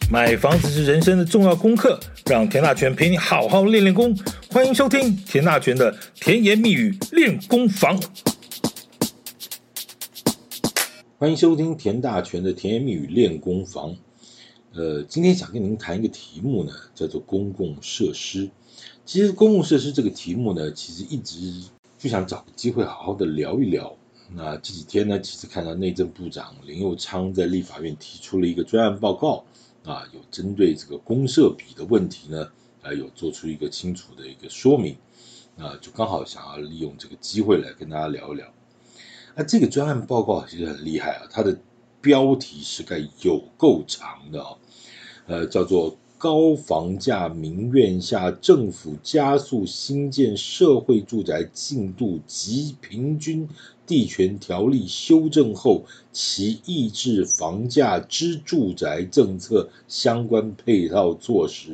买房子是人生的重要功课，让田大权陪你好好练练功。欢迎收听田大权的甜言蜜语练功房。欢迎收听田大权的甜言蜜语练功房。今天想跟您谈一个题目呢，叫做公共设施。其实公共设施这个题目呢，其实一直就想找个机会好好的聊一聊。那这几天呢，其实看到内政部长林右昌在立法院提出了一个专案报告，有针对这个公设比的问题呢，有做出一个清楚的一个说明，就刚好想要利用这个机会来跟大家聊一聊。这个专案报告其实很厉害啊，它的标题实在有够长的叫做高房价民怨下，政府加速新建社会住宅进度及平均地权条例修正后，其抑制房价之住宅政策相关配套措施。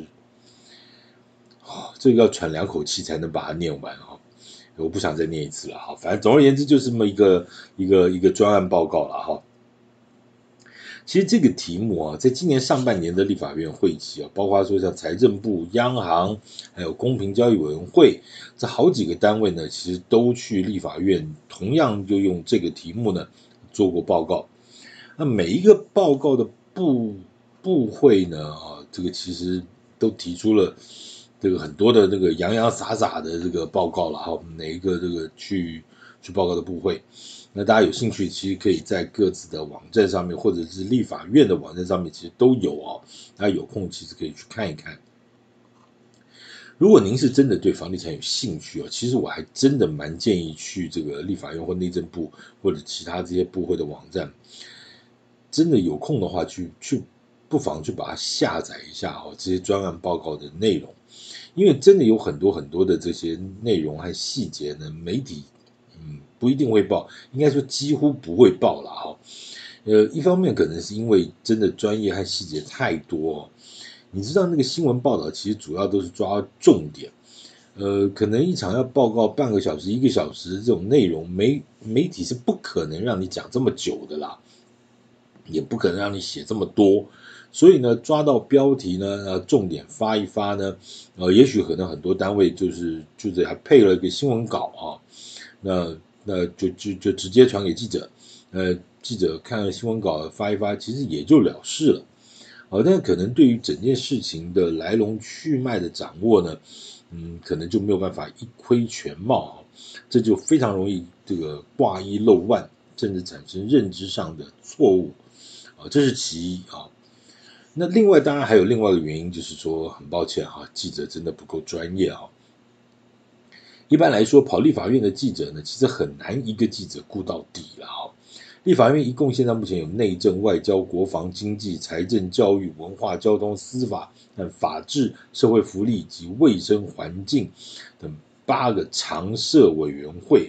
这个要喘两口气才能把它念完我不想再念一次了反正总而言之就是这么一个专案报告了其实这个题目在今年上半年的立法院会期包括说像财政部、央行还有公平交易委员会这好几个单位呢，其实都去立法院同样就用这个题目呢做过报告。那每一个报告的部会呢这个其实都提出了这个很多的这个洋洋洒洒的这个报告了每一个这个去报告的部会。那大家有兴趣其实可以在各自的网站上面或者是立法院的网站上面其实都有大家有空其实可以去看一看。如果您是真的对房地产有兴趣其实我还真的蛮建议去这个立法院或内政部或者其他这些部会的网站，真的有空的话去不妨去把它下载一下这些专案报告的内容，因为真的有很多很多的这些内容和细节呢，媒体不一定会报，应该说几乎不会报了一方面可能是因为真的专业和细节太多你知道那个新闻报道其实主要都是抓重点，可能一场要报告半个小时、1个小时这种内容，媒体是不可能让你讲这么久的啦，也不可能让你写这么多，所以呢，抓到标题呢，重点发一发呢，也许可能很多单位就是还配了一个新闻稿那就直接传给记者，记者看了新闻稿发一发，其实也就了事了。但可能对于整件事情的来龙去脉的掌握呢，可能就没有办法一窥全貌这就非常容易这个挂一漏万，甚至产生认知上的错误这是其一那另外当然还有另外一个原因，就是说很抱歉记者真的不够专业一般来说跑立法院的记者呢，其实很难一个记者顾到底了立法院一共现在目前有内政、外交、国防、经济、财政、教育、文化、交通、司法、法治、社会福利及卫生环境等8个常设委员会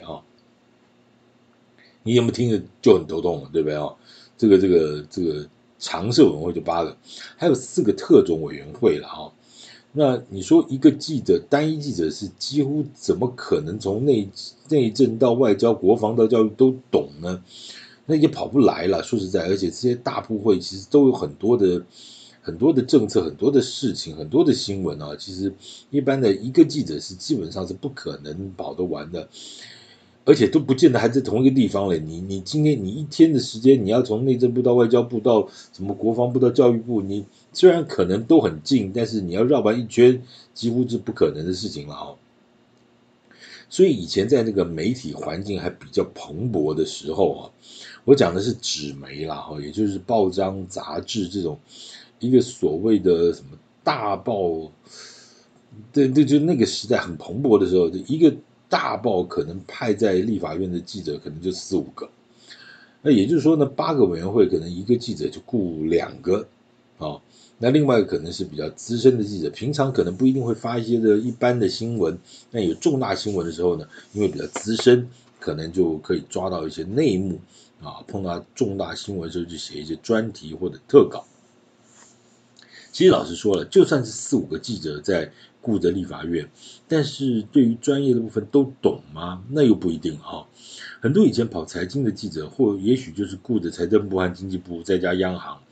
你有没有听着就很头痛了，对不对这个常设委员会就8个，还有4个特种委员会了那你说一个记者，单一记者是几乎怎么可能从内政到外交、国防到教育都懂呢？那也跑不来了，说实在，而且这些大部会其实都有很多的政策、很多的事情、很多的新闻其实一般的一个记者是基本上是不可能跑得完的，而且都不见得还在同一个地方嘞。你今天你一天的时间，你要从内政部到外交部到什么国防部到教育部，你虽然可能都很近，但是你要绕完一圈，几乎是不可能的事情了所以以前在那个媒体环境还比较蓬勃的时候我讲的是纸媒啦也就是报章杂志这种一个所谓的什么大报，对，就那个时代很蓬勃的时候，一个大报可能派在立法院的记者可能就4、5个，那也就是说呢，8个委员会可能一个记者就雇2个那另外可能是比较资深的记者，平常可能不一定会发一些的一般的新闻，那有重大新闻的时候呢，因为比较资深，可能就可以抓到一些内幕碰到重大新闻的时候就写一些专题或者特稿。其实老实说了，就算是4、5个记者在顾着立法院，但是对于专业的部分都懂吗？那又不一定很多以前跑财经的记者，或也许就是顾着财政部和经济部再加央行，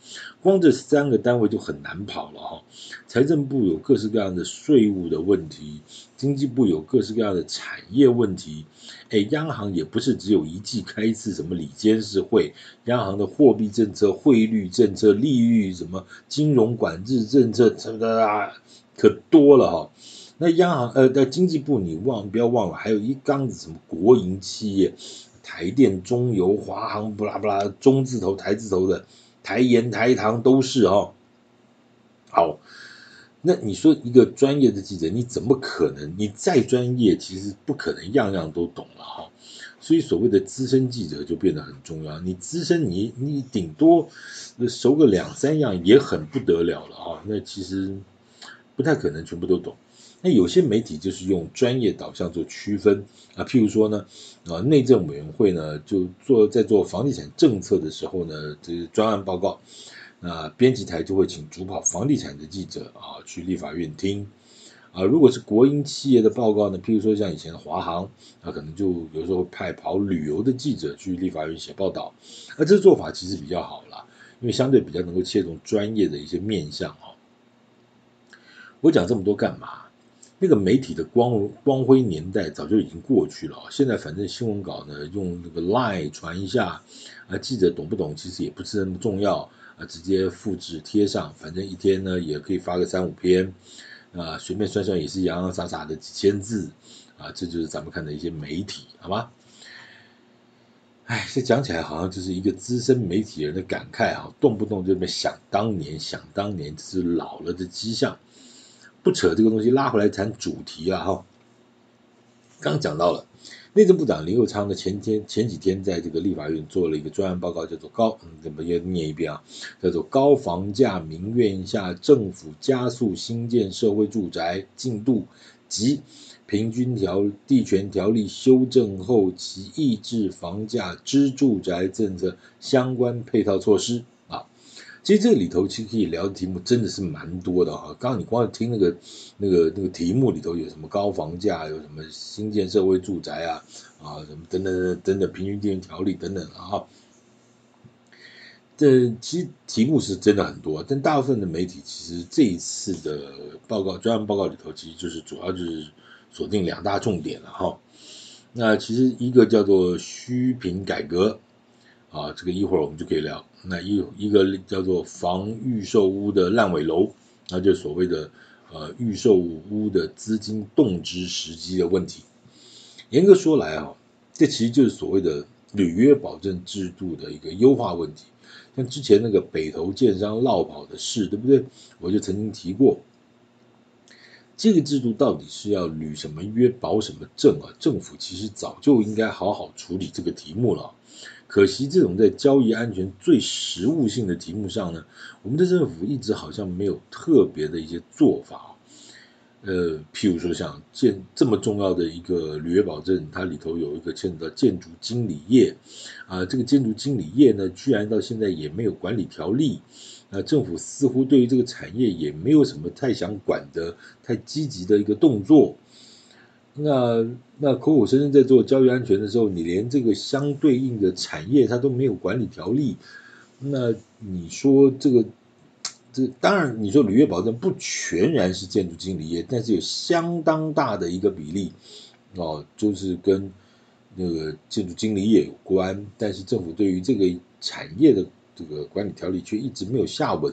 光这3个单位就很难跑了哈。财政部有各式各样的税务的问题，经济部有各式各样的产业问题，央行也不是只有一季开一次什么理监事会，央行的货币政策、汇率政策、利率什么金融管制政策，可多了哈。那经济部你不要忘了，还有一缸子什么国营企业，台电、中油、华航，不拉不拉，中字头、台字头的，台盐、台糖都是哈。好，那你说一个专业的记者，你怎么可能？你再专业，其实不可能样样都懂了哈。所以所谓的资深记者就变得很重要。你资深，你顶多熟个2、3样也很不得了了哈。那其实不太可能全部都懂。那有些媒体就是用专业导向做区分啊，譬如说呢，内政委员会呢就在做房地产政策的时候呢，这是专案报告，编辑台就会请主跑房地产的记者去立法院听。如果是国营企业的报告呢，譬如说像以前的华航，可能就有时候派跑旅游的记者去立法院写报道，这做法其实比较好啦，因为相对比较能够切中专业的一些面向我讲这么多干嘛？那个媒体的光辉年代早就已经过去了现在反正新闻稿呢用那个 Line 传一下，记者懂不懂其实也不是那么重要直接复制贴上，反正一天呢也可以发个3、5篇。随便算算也是洋洋洒洒的几千字这就是咱们看的一些媒体，好吗？这讲起来好像就是一个资深媒体人的感慨动不动就被想当年，这是老了的迹象。不扯这个东西，拉回来谈主题刚讲到了内政部长林右昌的前几天在这个立法院做了一个专案报告，叫做怎么又念一遍叫做高房价民怨下政府加速新建社会住宅进度及平均地权条例修正后其抑制房价之住宅政策相关配套措施其实这里头其实可以聊的题目真的是蛮多的刚刚你光听那个题目里头有什么高房价，有什么新建社会住宅什么等等平均地权条例等等这其实题目是真的很多，但大部分的媒体其实这一次的专案报告里头，其实就是主要就是锁定2大重点了那其实一个叫做虚平改革这个一会儿我们就可以聊。那一个叫做防预售屋的烂尾楼，那就是所谓的预售屋的资金动支时机的问题。严格说来这其实就是所谓的履约保证制度的一个优化问题。像之前那个北投建商落跑的事，对不对？我就曾经提过，这个制度到底是要履什么约保什么证政府其实早就应该好好处理这个题目了。可惜这种在交易安全最实务性的题目上呢，我们的政府一直好像没有特别的一些做法譬如说像这么重要的一个履约保证，它里头有一个牵扯到建筑经理业这个建筑经理业呢，居然到现在也没有管理条例政府似乎对于这个产业也没有什么太想管的太积极的一个动作。那口口声声在做交易安全的时候，你连这个相对应的产业它都没有管理条例，那你说这当然你说履约保证不全然是建筑经理业，但是有相当大的一个比例就是跟那个建筑经理业有关，但是政府对于这个产业的这个管理条例却一直没有下文。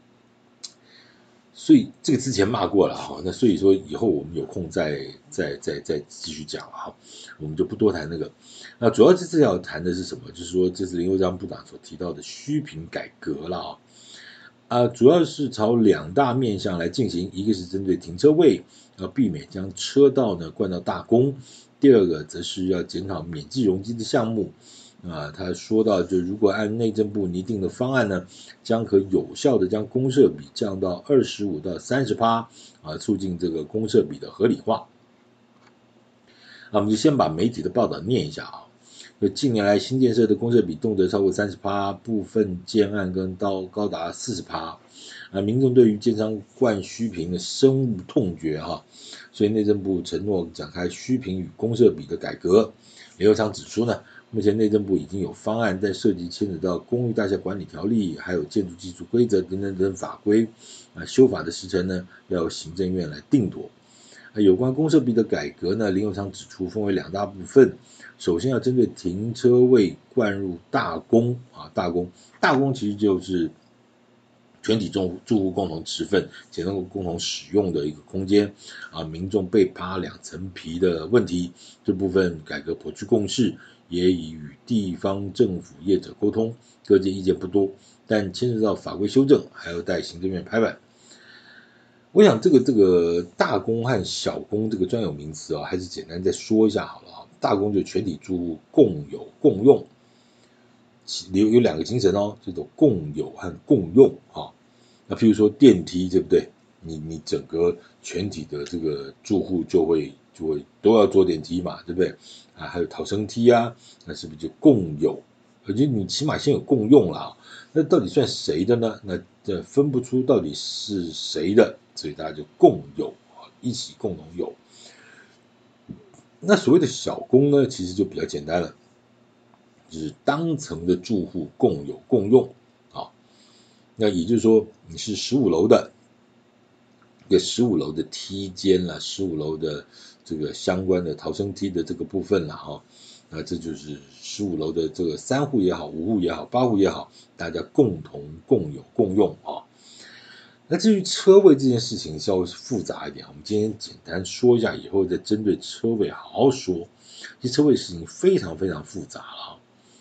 所以这个之前骂过了那所以说以后我们有空再继续讲我们就不多谈那个。那主要这次要谈的是什么？就是说这是林右昌部长所提到的虚平改革了主要是朝2大面向来进行，一个是针对停车位，要避免将车道呢灌到大公；第二个则是要检讨免计容积的项目。他说到，就如果按内政部拟定的方案呢，将可有效的将公设比降到25%到30%，促进这个公设比的合理化。那我们就先把媒体的报道念一下就近年来新建设的公设比动辄超过30%，部分建案高达40%，民众对于建商灌虚平的深恶痛绝所以内政部承诺展开虚平与公设比的改革。林右昌指出呢， 目前内政部已经有方案，但涉及牵扯到公寓大厦管理条例，还有建筑技术规则等等等法规修法的时程呢，要由行政院来定夺。有关公设比的改革呢，林右昌指出分为2大部分，首先要针对停车位灌入大公大公其实就是全体住户共同持份且能够共同使用的一个空间民众被扒2层皮的问题，这部分改革颇具共识，也已与地方政府业者沟通，各界意见不多，但牵涉到法规修正，还要待行政院拍板。我想这个大公和小公这个专有名词还是简单再说一下好了大公就全体住户共有共用，有2个精神这种共有和共用那譬如说电梯对不对？你整个全体的这个住户就会都要坐电梯嘛，对不对？还有逃生梯那是不是就共有？而且你起码先有共用啦，那到底算谁的呢？那分不出到底是谁的，所以大家就共有一起共同有。那所谓的小公呢，其实就比较简单了，就是当层的住户共有共用那也就是说你是15楼的，一个15楼的梯间啦，15楼的这个相关的逃生梯的这个部分啦那这就是15楼的这个3户也好，5户也好，8户也好，大家共同共有共用那至于车位这件事情稍微复杂一点，我们今天简单说一下，以后再针对车位好好说。其实车位的事情非常非常复杂了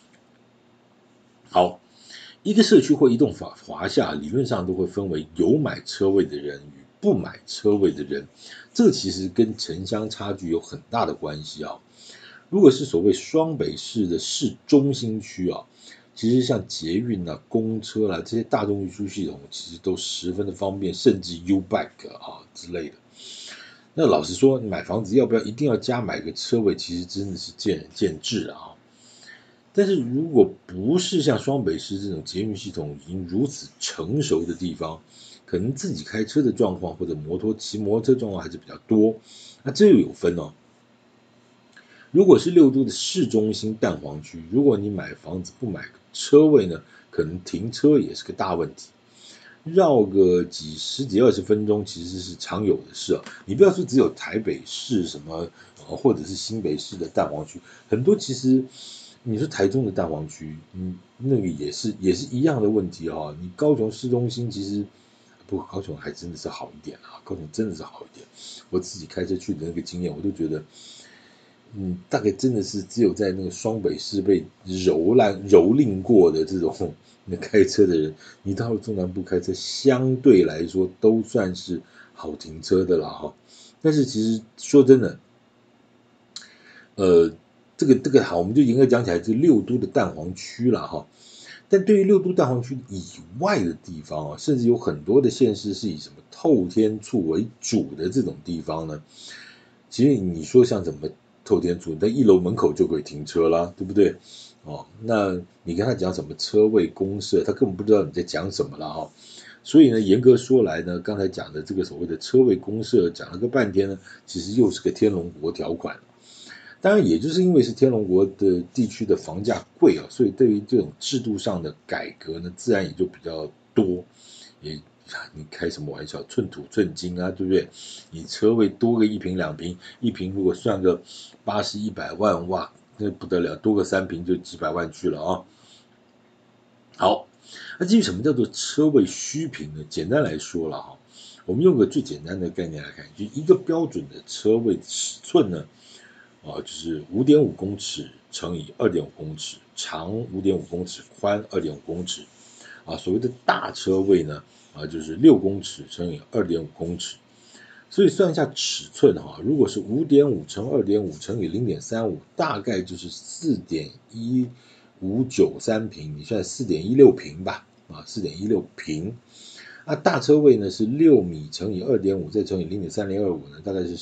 好，一个社区或一栋华厦理论上都会分为有买车位的人与不买车位的人，这其实跟城乡差距有很大的关系如果是所谓双北市的市中心区其实像捷运公车这些大众运输系统其实都十分的方便，甚至 U-Bike 之类的。那老实说，买房子要不要一定要加买个车位，其实真的是见仁见智但是如果不是像双北市这种捷运系统已经如此成熟的地方，可能自己开车的状况或者骑摩托车状况还是比较多。那这又有分如果是6都的市中心蛋黄区，如果你买房子不买车位呢，可能停车也是个大问题，绕个10几20分钟其实是常有的事你不要说只有台北市什么或者是新北市的蛋黄区，很多其实你说台中的蛋黄区那个也是一样的问题你高雄市中心其实不过高雄还真的是好一点高雄真的是好一点，我自己开车去的那个经验，我都觉得大概真的是只有在那个双北市被蹂躏过的这种开车的人，你到了中南部开车相对来说都算是好停车的了但是其实说真的这个好，我们就严格讲起来，这6都的蛋黄区了但对于6都蛋黄区以外的地方甚至有很多的县市是以什么透天厝为主的这种地方呢，其实你说像怎么透天厝，在1楼门口就可以停车啦，对不对那你跟他讲什么车位公设，他根本不知道你在讲什么了所以呢，严格说来呢，刚才讲的这个所谓的车位公设，讲了个半天呢，其实又是个天龙国条款。当然，也就是因为是天龙国的地区的房价贵所以对于这种制度上的改革呢，自然也就比较多。你开什么玩笑，寸土寸金对不对？你车位多个1坪2坪，1坪如果算个80、100万，哇，那不得了，多个3坪就几百万去了好，那至于什么叫做车位虚坪呢？简单来说了我们用个最简单的概念来看，就一个标准的车位尺寸呢就是5.5公尺乘以2.5公尺，长5.5公尺，宽2.5公尺所谓的大车位呢就是6公尺乘以2.5公尺，所以算一下尺寸如果是5.5乘2.5乘以0.35，大概就是4.1593平，你算4.16平吧4.16平。大车位呢是6米乘以2.5再乘以0.3025呢，大概是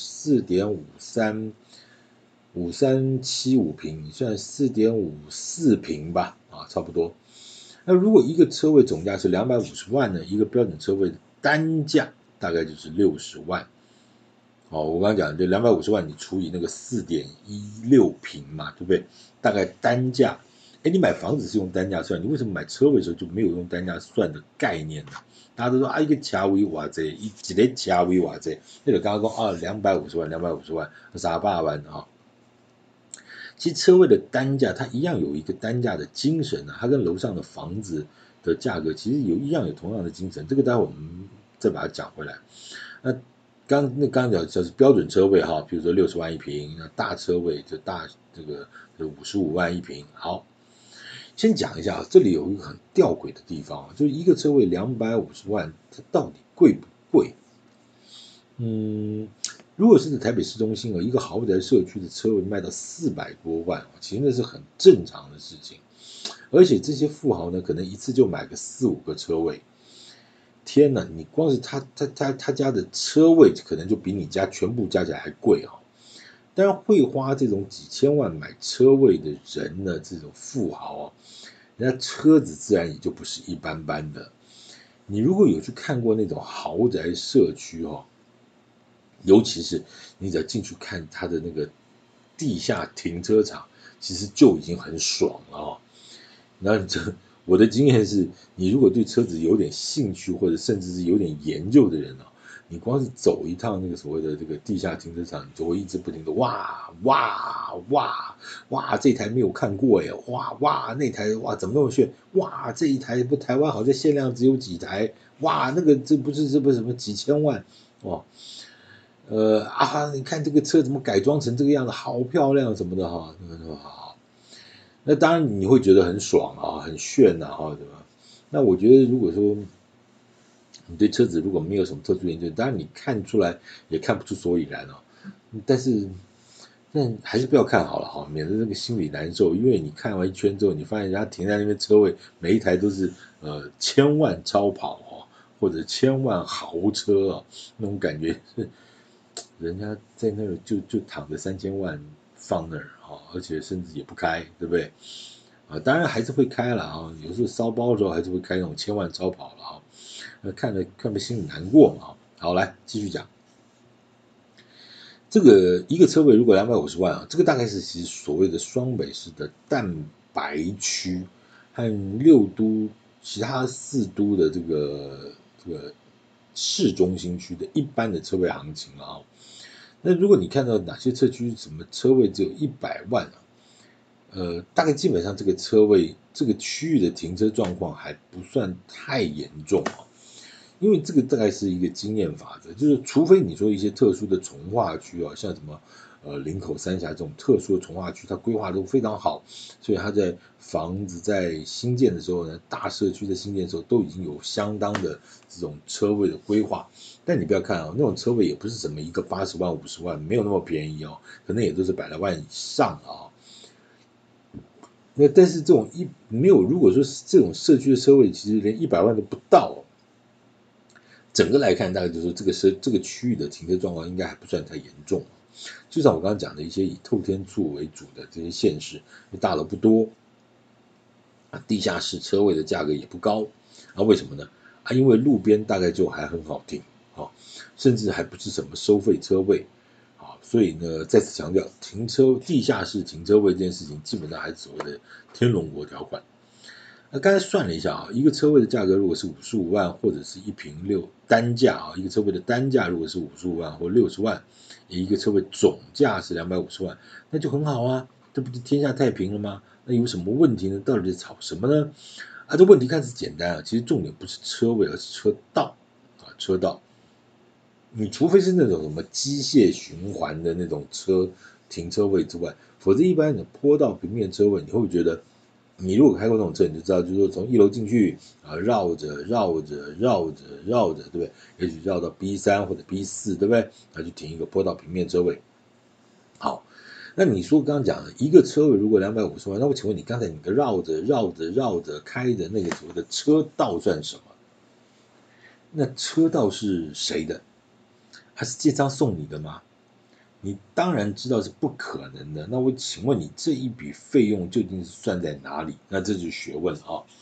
4.5375平，你算4.54平吧差不多。那如果一个车位总价是250万呢，一个标准车位的单价大概就是60万哦，我刚刚讲就250万，你除以那个4.16平嘛，对不对？大概单价，哎，你买房子是用单价算，你为什么买车位的时候就没有用单价算的概念呢？大家都说啊，一个车位哇这，一个车位哇这，那个刚刚说啊250万，250万，300万啊。其实车位的单价它一样有一个单价的精神啊，它跟楼上的房子的价格其实有同样的精神，这个待会我们再把它讲回来。那刚讲就是标准车位哈，比如说60万一平，那大车位就这个55万一平。好，先讲一下，这里有一个很吊诡的地方，就是一个车位250万，它到底贵不贵？如果是在台北市中心一个豪宅社区的车位卖到400多万，其实那是很正常的事情。而且这些富豪呢，可能一次就买个4、5个车位。天哪，你光是他家的车位，可能就比你家全部加起来还贵啊！当然，会花这种几千万买车位的人呢，这种富豪啊，人家车子自然也就不是一般般的。你如果有去看过那种豪宅社区尤其是你只要进去看它的那个地下停车场，其实就已经很爽了那我的经验是，你如果对车子有点兴趣，或者甚至是有点研究的人你光是走一趟那个所谓的这个地下停车场，你就会一直不停的哇哇哇哇，这台没有看过耶，哇哇那台哇怎么那么炫，哇这一台不台湾好像限量只有几台，哇那个这不是什么几千万哇。你看这个车怎么改装成这个样子，好漂亮什么的那当然你会觉得很爽很炫对吧？那我觉得如果说你对车子如果没有什么特殊研究，当然你看出来也看不出所以然但还是不要看好了免得那个心里难受，因为你看完一圈之后，你发现人家停在那边车位，每一台都是千万超跑或者千万豪车那种感觉是人家在那儿就躺着3000万放那儿而且甚至也不开，对不对？当然还是会开了有时候骚包的时候还是会开那种千万超跑了看着心里难过嘛好，来继续讲，这个一个车位如果250万这个大概是其实所谓的双北市的蛋白区和6都其他4都的这个市中心区的一般的车位行情那如果你看到哪些社区什么车位只有100万大概基本上这个车位这个区域的停车状况还不算太严重因为这个大概是一个经验法则，就是除非你说一些特殊的从化区像什么林口三峡这种特殊的从化区，它规划都非常好，所以它在房子在新建的时候呢，大社区在新建的时候都已经有相当的这种车位的规划。但你不要看那种车位也不是什么一个80万50万，没有那么便宜可能也都是100来万以上那但是这种没有，如果说是这种社区的车位，其实连100万都不到整个来看，大概就是说这个区域的停车状况应该还不算太严重就像我刚刚讲的一些以透天厝为主的这些县市，大楼不多地下室车位的价格也不高为什么呢？因为路边大概就还很好停甚至还不是什么收费车位所以呢，再次强调，地下室停车位这件事情，基本上还是所谓的天龙国条款。那刚才算了一下一个车位的价格如果是55万，或者是一平六单价一个车位的单价如果是55万或60万，一个车位总价是250万，那就很好这不是天下太平了吗？那有什么问题呢？到底在吵什么呢？这问题看似简单其实重点不是车位，而是车道车道。你除非是那种什么机械循环的那种停车位之外，否则一般的坡道平面车位，你会不会觉得，你如果开过那种车，你就知道，就是说从1楼进去绕着，对不对？也许绕到 B3或者 B4，对不对？就停一个坡道平面车位。好，那你说刚刚讲的一个车位如果250万，那我请问你刚才你的绕着开的那个所谓的车道算什么？那车道是谁的？还是建商送你的吗？你当然知道是不可能的。那我请问你这一笔费用究竟是算在哪里？那这就是学问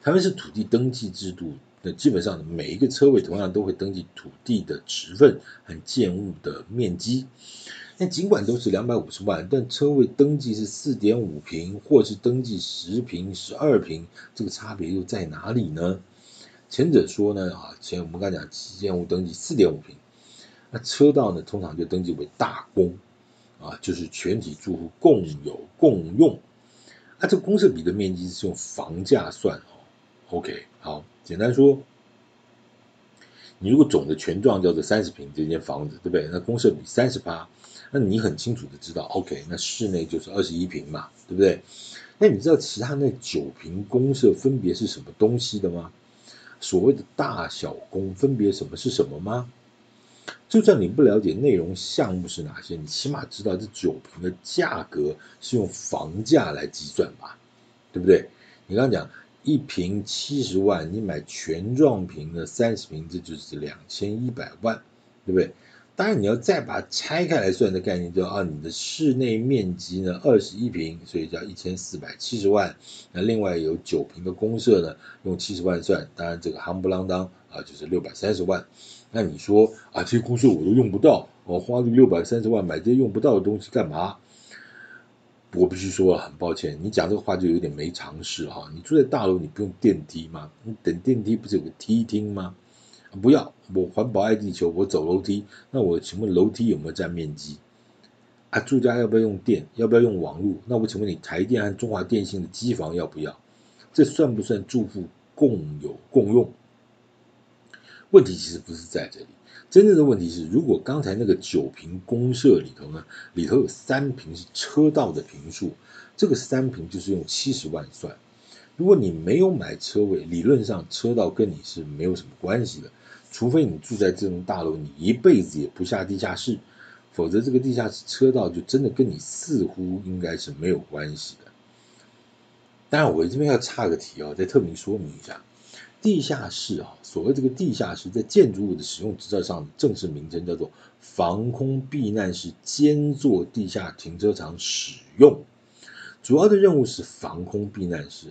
台湾是土地登记制度，那基本上每一个车位同样都会登记土地的持份和建物的面积。那尽管都是250万，但车位登记是4.5坪，或是登记10坪、12坪，这个差别又在哪里呢？前者说呢，我们刚才讲建物登记4.5坪，那车道呢通常就登记为大公，就是全体住户共有共用。这个公设比的面积是用房价算OK， 好，简单说，你如果总的权状叫做30坪这间房子，对不对？那公设比30%，那你很清楚的知道 ，OK， 那室内就是21坪嘛，对不对？那你知道其他那9坪公设分别是什么东西的吗？所谓的大小公分别什么是什么吗？就算你不了解内容项目是哪些，你起码知道这9坪的价格是用房价来计算吧，对不对？你刚刚讲1坪70万，你买全幢坪的30坪，这就是2100万，对不对？当然你要再把它拆开来算的概念，就你的室内面积呢21坪，所以叫1470万。那另外有9坪的公设呢，用70万算，当然这个夯不啷当就是630万。那你说这些公设我都用不到，我花这630万买这些用不到的东西干嘛？我必须说很抱歉，你讲这个话就有点没常识哈。你住在大楼，你不用电梯吗？你等电梯不是有个梯厅吗？不要，我环保爱地球，我走楼梯。那我请问楼梯有没有占面积？住家要不要用电？要不要用网络？那我请问你台电和中华电信的机房要不要？这算不算住户共有共用？问题其实不是在这里，真正的问题是，如果刚才那个9坪公设里头呢，里头有3坪是车道的坪数，这个3坪就是用70万算。如果你没有买车位，理论上车道跟你是没有什么关系的，除非你住在这栋大楼，你一辈子也不下地下室，否则这个地下室车道就真的跟你似乎应该是没有关系的。当然，我这边要插个题再特别说明一下。地下室所谓这个地下室在建筑物的使用执照上的正式名称叫做防空避难室兼做地下停车场使用，主要的任务是防空避难室，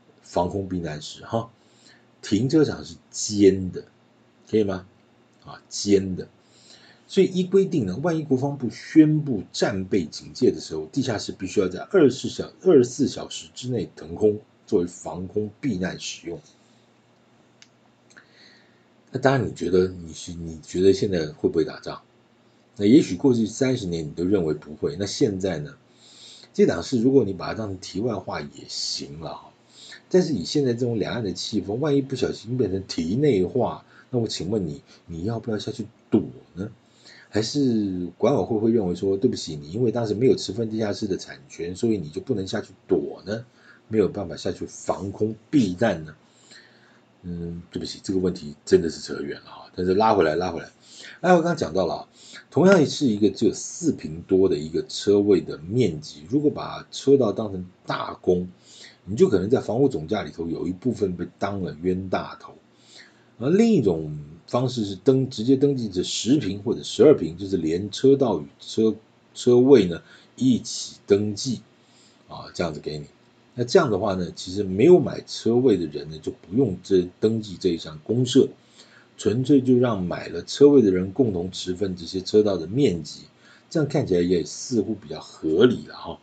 停车场是兼的，可以吗？兼的。所以依规定呢，万一国防部宣布战备警戒的时候，地下室必须要在24小时之内腾空，作为防空避难使用。那当然，你觉得现在会不会打仗？那也许过去30年你都认为不会，那现在呢？这档事如果你把它当成题外话也行了但是以现在这种两岸的气氛，万一不小心变成题内话，那我请问你要不要下去躲呢？还是管委会认为说，对不起，你因为当时没有持分地下室的产权，所以你就不能下去躲呢？没有办法下去防空避难呢？对不起，这个问题真的是扯远了但是拉回来，我刚刚讲到了同样是一个只有4坪多的一个车位的面积，如果把车道当成大公，你就可能在房屋总价里头有一部分被当了冤大头。而另一种方式是直接登记这10坪或者12坪，就是连车道与车位呢一起登记这样子给你。那这样的话呢，其实没有买车位的人呢，就不用登记这一项公设，纯粹就让买了车位的人共同持分这些车道的面积，这样看起来也似乎比较合理了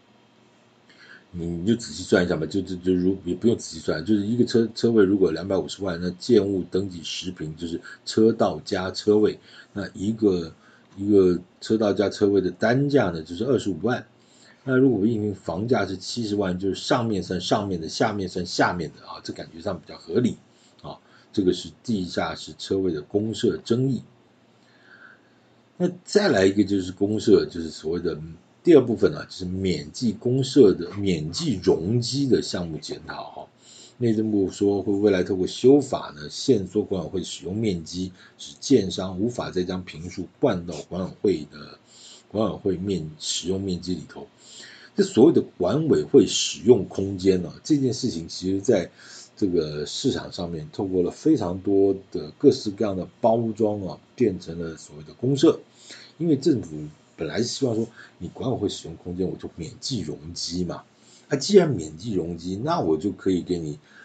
你就仔细算一下嘛，也不用仔细算，就是一个车位如果250万，那建物登记10坪就是车道加车位，那一个车道加车位的单价呢就是25万。那如果一平房价是70万，就是上面算上面的，下面算下面的这感觉上比较合理这个是地下室车位的公设争议。那再来一个就是公设，就是所谓的第二部分就是免计公设的免计容积的项目检讨内政部说会未来透过修法呢，限缩管委会使用面积，使建商无法再将坪数灌到管委会使用面积里头。这所谓的管委会使用空间这件事情其实在这个市场上面透过了非常多的各式各样的包装变成了所谓的公设。因为政府本来是希望说你管委会使用空间我就免计容积嘛，既然免计容积，那我就可以给你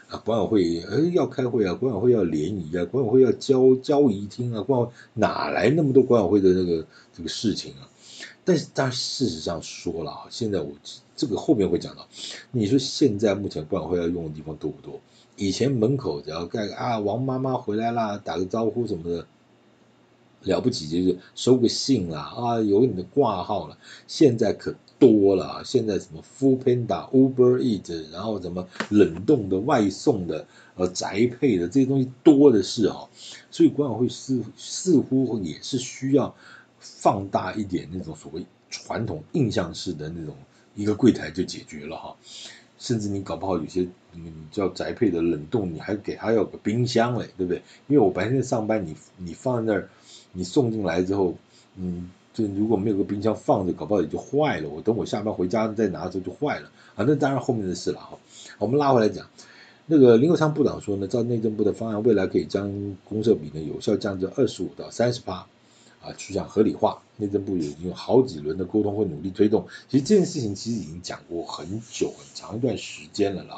啊，管委会要开会啊，管委会要联谊啊，管委会要交谊厅啊，管委会哪来那么多管委会的这个事情啊？但是当然事实上说了啊，现在我这个后面会讲到，你说现在目前管委会要用的地方多不多？以前门口只要盖个啊王妈妈回来啦，打个招呼什么的，了不起就是收个信啦，啊有你的挂号了，现在可多了啊，现在什么 Foodpanda、Uber Eat，然后什么冷冻的、外送的、宅配的这些东西多的是哦，所以管委会似乎也是需要放大一点那种所谓传统印象式的那种一个柜台就解决了哈，甚至你搞不好有些叫宅配的冷冻，你还给他要个冰箱嘞，对不对？因为我白天上班，你放在那儿，你送进来之后，就如果没有个冰箱放着，搞不好也就坏了。我等我下班回家再拿的时候就坏了啊，那当然后面的事了哈。我们拉回来讲，那个林国昌部长说呢，照内政部的方案，未来可以将公设比呢有效降至25%到30%，趋向合理化。内政部已经有好几轮的沟通，会努力推动。其实这件事情其实已经讲过很久很长一段时间了啦。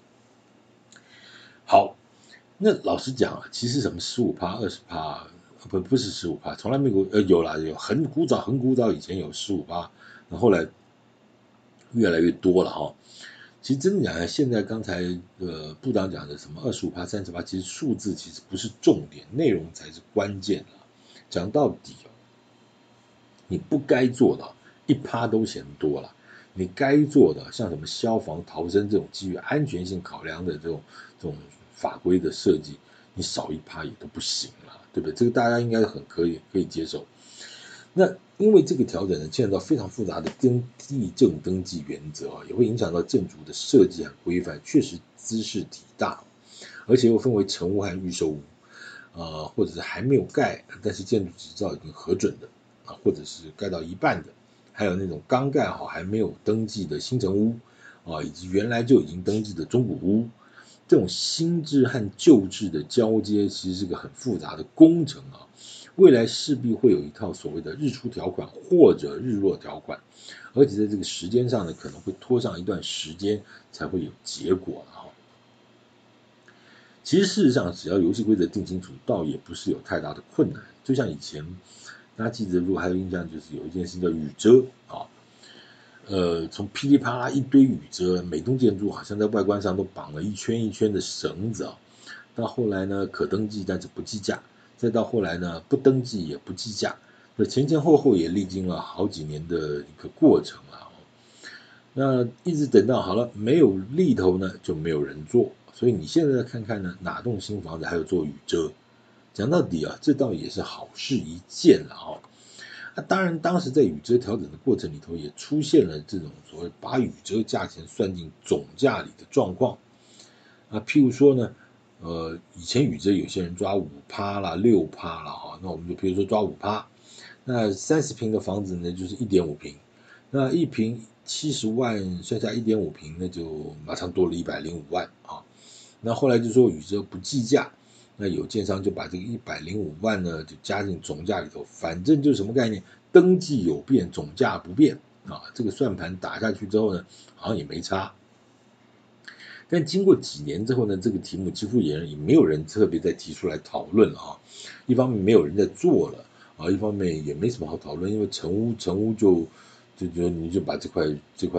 好，那老实讲啊，其实什么15%、20%，不是15%，从来没有有啦，有很古早以前有15%，那后来越来越多了哈。其实真的讲，现在刚才部长讲的什么25%、30%，其实数字其实不是重点，内容才是关键的。讲到底你不该做的1%都嫌多了，你该做的像什么消防逃生这种基于安全性考量的这种法规的设计，你少1%也都不行了，对不对？这个大家应该很可以接受。那因为这个调整呢，牵扯到非常复杂的地政登记原则啊，也会影响到建筑的设计和规范，确实茲事体大，而且又分为成屋和预售屋，或者是还没有盖，但是建筑执照已经核准的啊，或者是盖到一半的，还有那种刚盖好还没有登记的新城屋啊，以及原来就已经登记的中古屋，这种新制和旧制的交接，其实是个很复杂的工程啊。未来势必会有一套所谓的日出条款或者日落条款，而且在这个时间上呢，可能会拖上一段时间才会有结果了哈。其实事实上，只要游戏规则定清楚，倒也不是有太大的困难。就像以前大家记得，如果还有印象，就是有一件事叫雨遮啊，从噼里啪啦一堆雨遮，每栋建筑好像在外观上都绑了一圈一圈的绳子啊。到后来呢，可登记但是不计价，再到后来呢，不登记也不计价，这前前后后也历经了好几年的一个过程啊。那一直等到好了没有利头呢，就没有人做。所以你现在看看呢，哪栋新房子还有做雨遮？讲到底啊，这倒也是好事一件了哈。那当然，当时在雨遮调整的过程里头，也出现了这种所谓把雨遮价钱算进总价里的状况啊。譬如说呢，以前雨遮有些人抓5%啦、6%啦哈，那我们就比如说抓5%，那30平的房子呢就是1.5平，那一平70万，剩下1.5平，那就马上多了105万啊。那后来就说雨遮不计价，那有建商就把这个105万呢就加进总价里头，反正就是什么概念，登记有变，总价不变啊。这个算盘打下去之后呢，好像也没差。但经过几年之后呢，这个题目几乎也没有人特别再提出来讨论了啊。一方面没有人在做了啊，一方面也没什么好讨论，因为成屋就你就把这个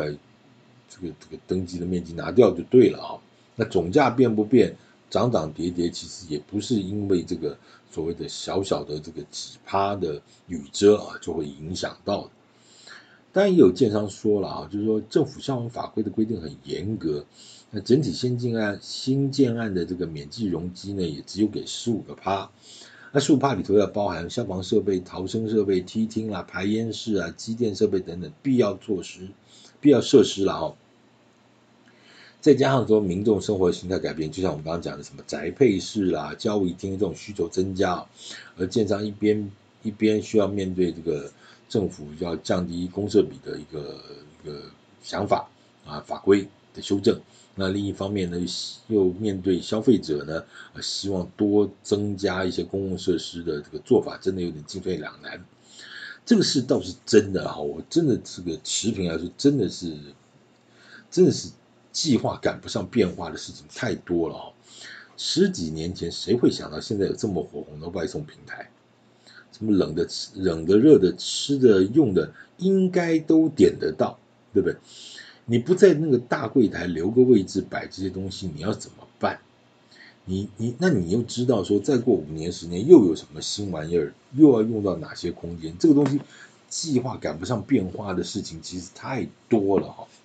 登记的面积拿掉就对了啊。那总价变不变，涨涨跌跌，其实也不是因为这个所谓的小小的这个几趴的雨遮啊就会影响到的。当然也有建商说了啊，就是说政府消防法规的规定很严格，那整体新建案的这个免计容积呢，也只有给15%，那15%里头要包含消防设备、逃生设备、梯厅啦、排烟室啊、机电设备等等必要设施了哈。再加上说民众生活形态改变，就像我们刚刚讲的什么宅配式啦、交易厅这种需求增加，而建商一边需要面对这个政府要降低公设比的一个想法啊法规的修正，那另一方面呢又面对消费者呢希望多增加一些公共设施的这个做法，真的有点进退两难。这个事倒是真的哈，我真的这个持平来说，真的是计划赶不上变化的事情太多了哦。十几年前谁会想到现在有这么火红的外送平台？什么冷的、热的、吃的、用的，应该都点得到，对不对？你不在那个大柜台留个位置摆这些东西，你要怎么办？那你又知道说，再过5年10年又有什么新玩意儿，又要用到哪些空间？这个东西计划赶不上变化的事情其实太多了哈，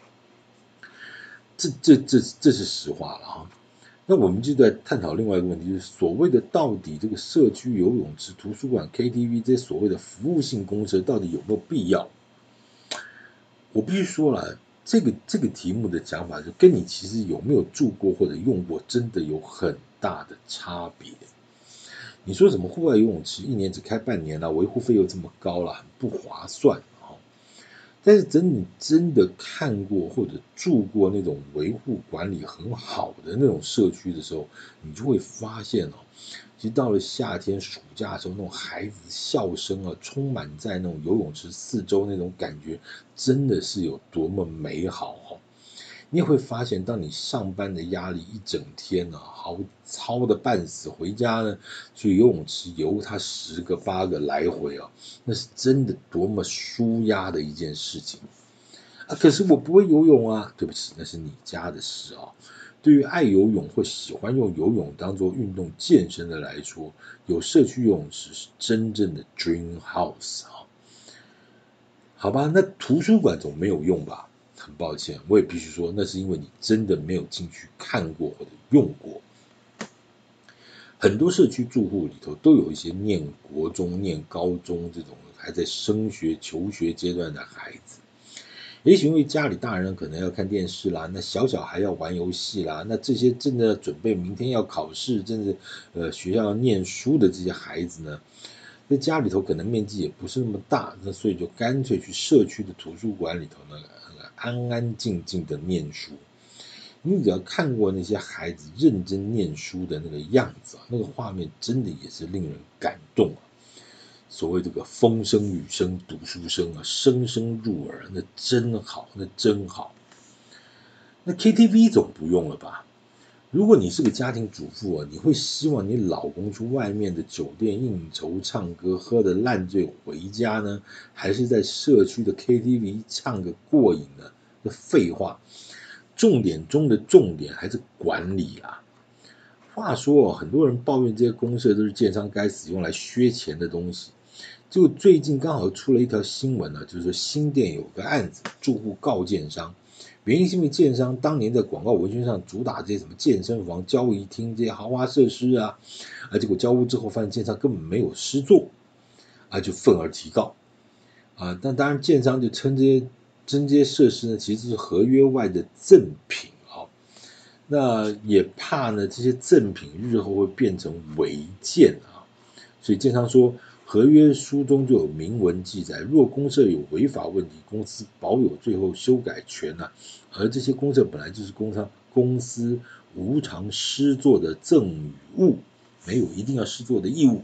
这是实话了哈。那我们就在探讨另外一个问题，就是所谓的到底这个社区游泳池、图书馆、KTV 这些所谓的服务性公社到底有没有必要？我必须说了，这个题目的讲法，就跟你其实有没有住过或者用过，真的有很大的差别。你说什么户外游泳池1年只开半年啦，维护费又这么高啦，很不划算哦。但是等你真的看过或者住过那种维护管理很好的那种社区的时候，你就会发现哦，其实到了夏天暑假的时候，那种孩子笑声啊，充满在那种游泳池四周那种感觉，真的是有多么美好哦。你也会发现，当你上班的压力一整天呢、好操的半死，回家呢去游泳池游它10个8个来回啊，那是真的多么舒压的一件事情啊！可是我不会游泳啊，对不起，那是你家的事啊。对于爱游泳或喜欢用游泳当做运动健身的来说，有社区游泳池是真正的 dream house 啊。好吧，那图书馆总没有用吧？很抱歉，我也必须说，那是因为你真的没有进去看过或者用过。很多社区住户里头都有一些念国中、念高中这种还在升学求学阶段的孩子。也许因为家里大人可能要看电视啦，那小小孩要玩游戏啦，那这些正在准备明天要考试，正在学校要念书的这些孩子呢，在家里头可能面积也不是那么大，那所以就干脆去社区的图书馆里头呢，安安静静的念书。你只要看过那些孩子认真念书的那个样子啊，那个画面真的也是令人感动啊。所谓这个风声雨声读书声啊，声声入耳，那真好，那真好。那 KTV 总不用了吧？如果你是个家庭主妇啊，你会希望你老公去外面的酒店应酬唱歌，喝得烂醉回家呢，还是在社区的 KTV 唱个过瘾呢？这废话，重点中的重点还是管理啦。话说很多人抱怨这些公社都是建商该死用来削钱的东西。结果最近刚好出了一条新闻呢，就是说新店有个案子，住户告建商，原因是因为建商当年在广告文宣上主打这些什么健身房、交谊厅这些豪华设施啊，结果交屋之后发现建商根本没有施作，就愤而提告但当然建商就称这些设施呢其实是合约外的赠品那也怕呢这些赠品日后会变成违建所以建商说，合约书中就有明文记载，若公社有违法问题，公司保有最后修改权而这些公社本来就是公司无偿施作的赠与物，没有一定要施作的义务。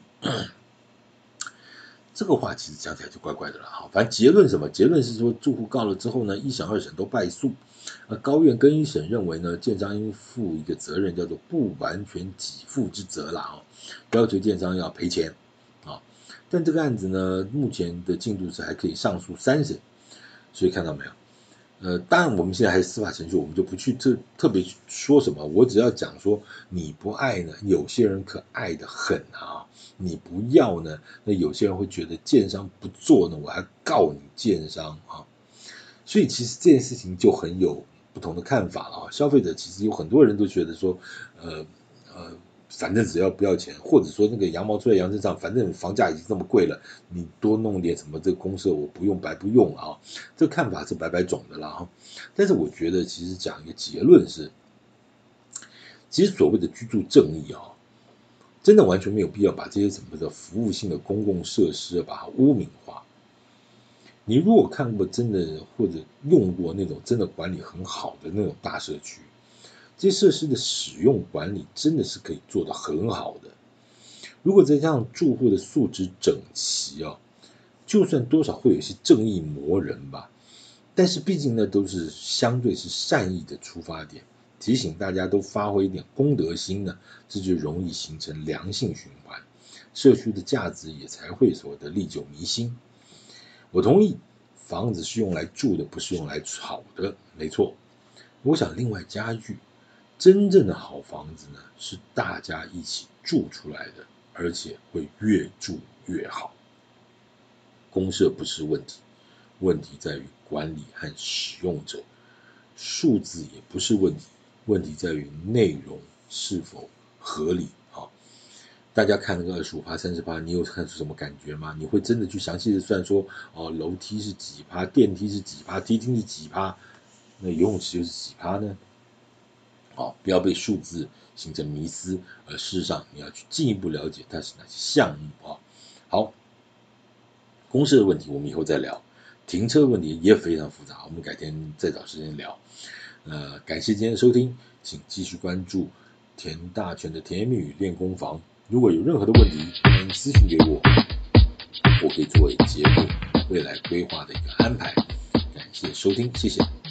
这个话其实讲起来就怪怪的了反正结论什么？结论是说住户告了之后呢，一审二审都败诉。高院更一审认为呢，建商应负一个责任，叫做不完全给付之责要求建商要赔钱但这个案子呢，目前的进度是还可以上诉3审，所以看到没有？当然我们现在还是司法程序，我们就不去特别说什么，我只要讲说你不爱呢，有些人可爱的很你不要呢，那有些人会觉得建商不做呢，我还告你建商所以其实这件事情就很有不同的看法了消费者其实有很多人都觉得说，反正只要不要钱，或者说那个羊毛出在羊身上，反正房价已经这么贵了，你多弄点什么这个公社我不用白不用这个看法是百百种的啦但是我觉得其实讲一个结论是，其实所谓的居住正义真的完全没有必要把这些什么的服务性的公共设施把它污名化。你如果看过真的或者用过那种真的管理很好的那种大社区，这些设施的使用管理真的是可以做得很好的。如果再加上住户的素质整齐就算多少会有一些正义魔人吧， 但是毕竟呢，都是相对是善意的出发点，提醒大家都发挥一点公德心呢，这就容易形成良性循环，社区的价值也才会所谓的历久弥新。我同意，房子是用来住的，不是用来炒的，没错。我想另外加一句，真正的好房子呢，是大家一起住出来的，而且会越住越好。公设不是问题，问题在于管理和使用者。数字也不是问题，问题在于内容是否合理。大家看那个25%、30%，你有看出什么感觉吗？你会真的去详细的算说，楼梯是几%，电梯是几%，梯厅是几%，那游泳池又是几%呢？不要被数字形成迷思，而事实上你要去进一步了解它是哪些项目啊。好，公设的问题我们以后再聊，停车问题也非常复杂，我们改天再找时间聊。感谢今天的收听，请继续关注田大全的甜言蜜语练功房。如果有任何的问题，欢迎私信给我，我可以作为节目未来规划的一个安排。感谢收听，谢谢。